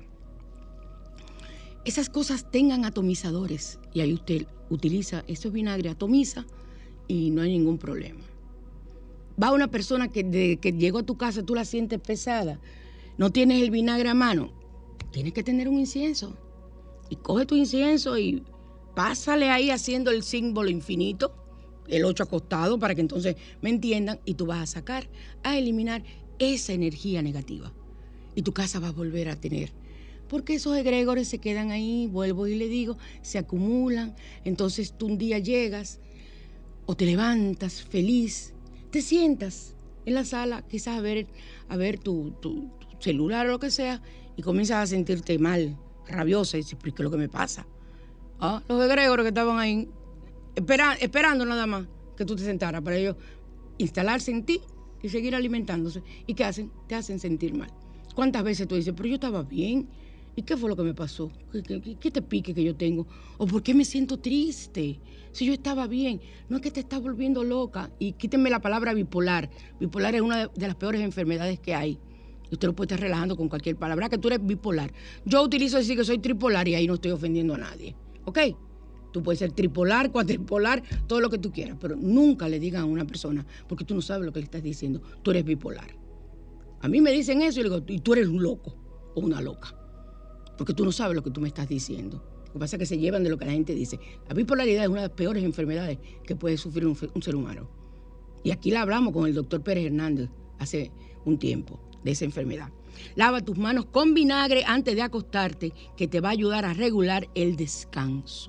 Esas cosas tengan atomizadores y ahí usted utiliza esos vinagres, atomiza y no hay ningún problema. Va una persona que desde que llegó a tu casa tú la sientes pesada, no tienes el vinagre a mano, tienes que tener un incienso y coge tu incienso y pásale ahí haciendo el símbolo infinito, el 8 acostado, para que entonces me entiendan, y tú vas a sacar, a eliminar esa energía negativa. Y tu casa va a volver a tener. Porque esos egregores se quedan ahí, vuelvo y le digo, se acumulan. Entonces tú un día llegas o te levantas feliz, te sientas en la sala, quizás a ver tu celular o lo que sea, y comienzas a sentirte mal, rabiosa, y dices, ¿qué es lo que me pasa? Los egregores que estaban ahí esperando nada más que tú te sentaras para ellos instalarse en ti y seguir alimentándose. ¿Y qué hacen? Te hacen sentir mal. ¿Cuántas veces tú dices, pero yo estaba bien? ¿Y qué fue lo que me pasó? ¿Qué te pique que yo tengo? ¿O por qué me siento triste? Si yo estaba bien. No es que te estás volviendo loca. Y quítenme la palabra bipolar. Bipolar es una de las peores enfermedades que hay. Usted lo puede estar relajando con cualquier palabra, que tú eres bipolar. Yo utilizo decir que soy tripolar y ahí no estoy ofendiendo a nadie. ¿Ok? Tú puedes ser tripolar, cuatripolar, todo lo que tú quieras, pero nunca le digan a una persona, porque tú no sabes lo que le estás diciendo, tú eres bipolar. A mí me dicen eso y le digo, y tú eres un loco o una loca, porque tú no sabes lo que tú me estás diciendo. Lo que pasa es que se llevan de lo que la gente dice. La bipolaridad es una de las peores enfermedades que puede sufrir un ser humano. Y aquí la hablamos con el doctor Pérez Hernández hace un tiempo de esa enfermedad. Lava tus manos con vinagre antes de acostarte, que te va a ayudar a regular el descanso.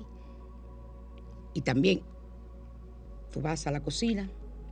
Y también, tú vas a la cocina,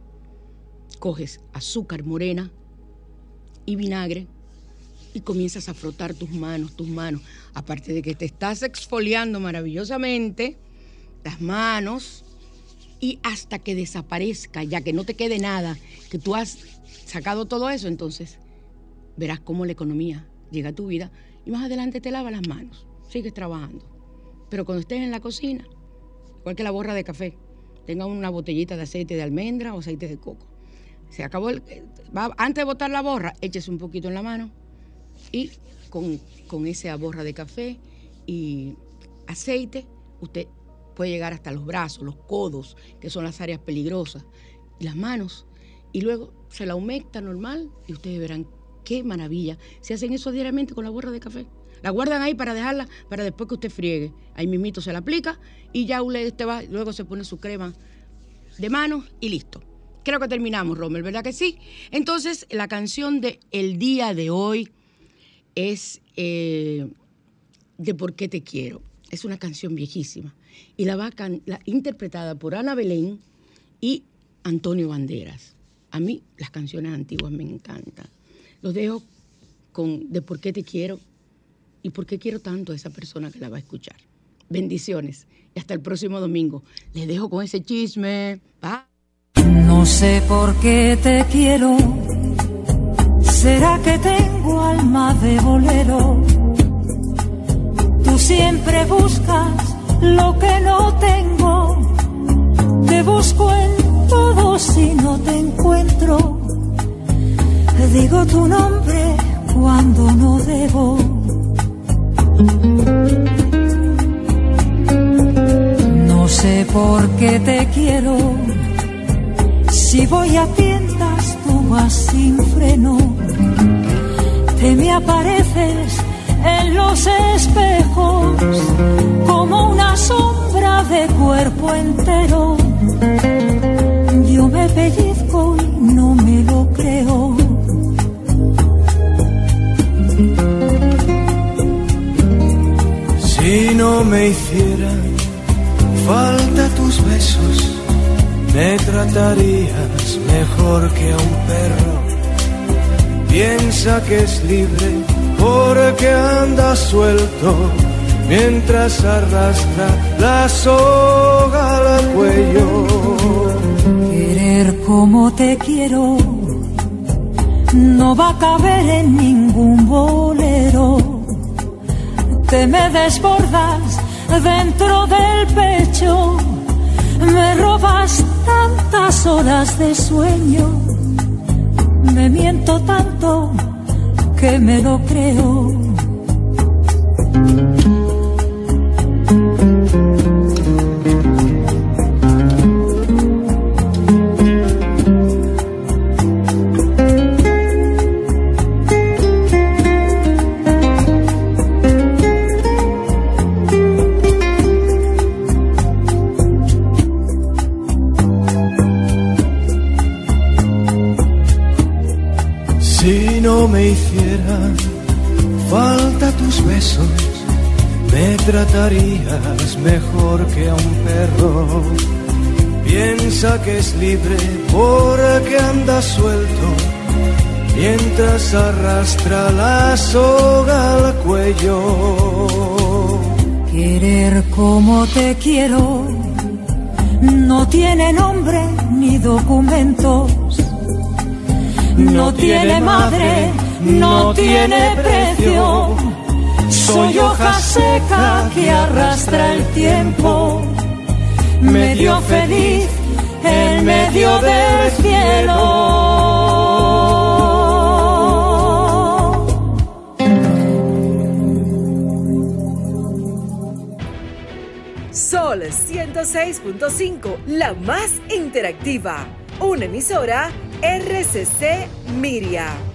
coges azúcar morena y vinagre y comienzas a frotar tus manos. Aparte de que te estás exfoliando maravillosamente las manos y hasta que desaparezca, ya que no te quede nada, que tú has sacado todo eso, entonces verás cómo la economía llega a tu vida y más adelante te lavas las manos, sigues trabajando. Pero cuando estés en la cocina, igual que la borra de café, tenga una botellita de aceite de almendra o aceite de coco. Se acabó antes de botar la borra, échese un poquito en la mano y con esa borra de café y aceite, usted puede llegar hasta los brazos, los codos, que son las áreas peligrosas, y las manos, y luego se la humecta normal y ustedes verán qué maravilla. Se hacen eso diariamente con la borra de café. La guardan ahí para dejarla, para después que usted friegue. Ahí mismito se la aplica y ya usted va, luego se pone su crema de manos y listo. Creo que terminamos, Rommel, ¿verdad que sí? Entonces, la canción de el día de hoy es de ¿Por qué te quiero? Es una canción viejísima y la interpretada por Ana Belén y Antonio Banderas. A mí las canciones antiguas me encantan. Los dejo con de ¿Por qué te quiero? Y por qué quiero tanto a esa persona que la va a escuchar. Bendiciones y hasta el próximo domingo. Les dejo con ese chisme. Bye. No sé por qué te quiero, será que tengo alma de bolero. Tú siempre buscas lo que no tengo, te busco en todo si no te encuentro. Digo tu nombre cuando no debo. No sé por qué te quiero. Si voy a tiendas, tú vas sin freno. Te me apareces en los espejos como una sombra de cuerpo entero. Yo me pellizco y no me lo creo. Si no me hicieran falta tus besos, me tratarías mejor que a un perro. Piensa que es libre porque anda suelto mientras arrastra la soga al cuello. Querer como te quiero no va a caber en ningún bolero. Te me desbordas dentro del pecho, me robas tantas horas de sueño, me miento tanto que me lo creo. Me hicieran falta tus besos, me tratarías mejor que a un perro. Piensa que es libre porque anda suelto mientras arrastra la soga al cuello. Querer como te quiero no tiene nombre ni documentos. No tiene madre, no tiene precio. Soy hoja seca que arrastra el tiempo, medio feliz en medio del cielo. Sol 106.5, la más interactiva. Una emisora RCC Miria.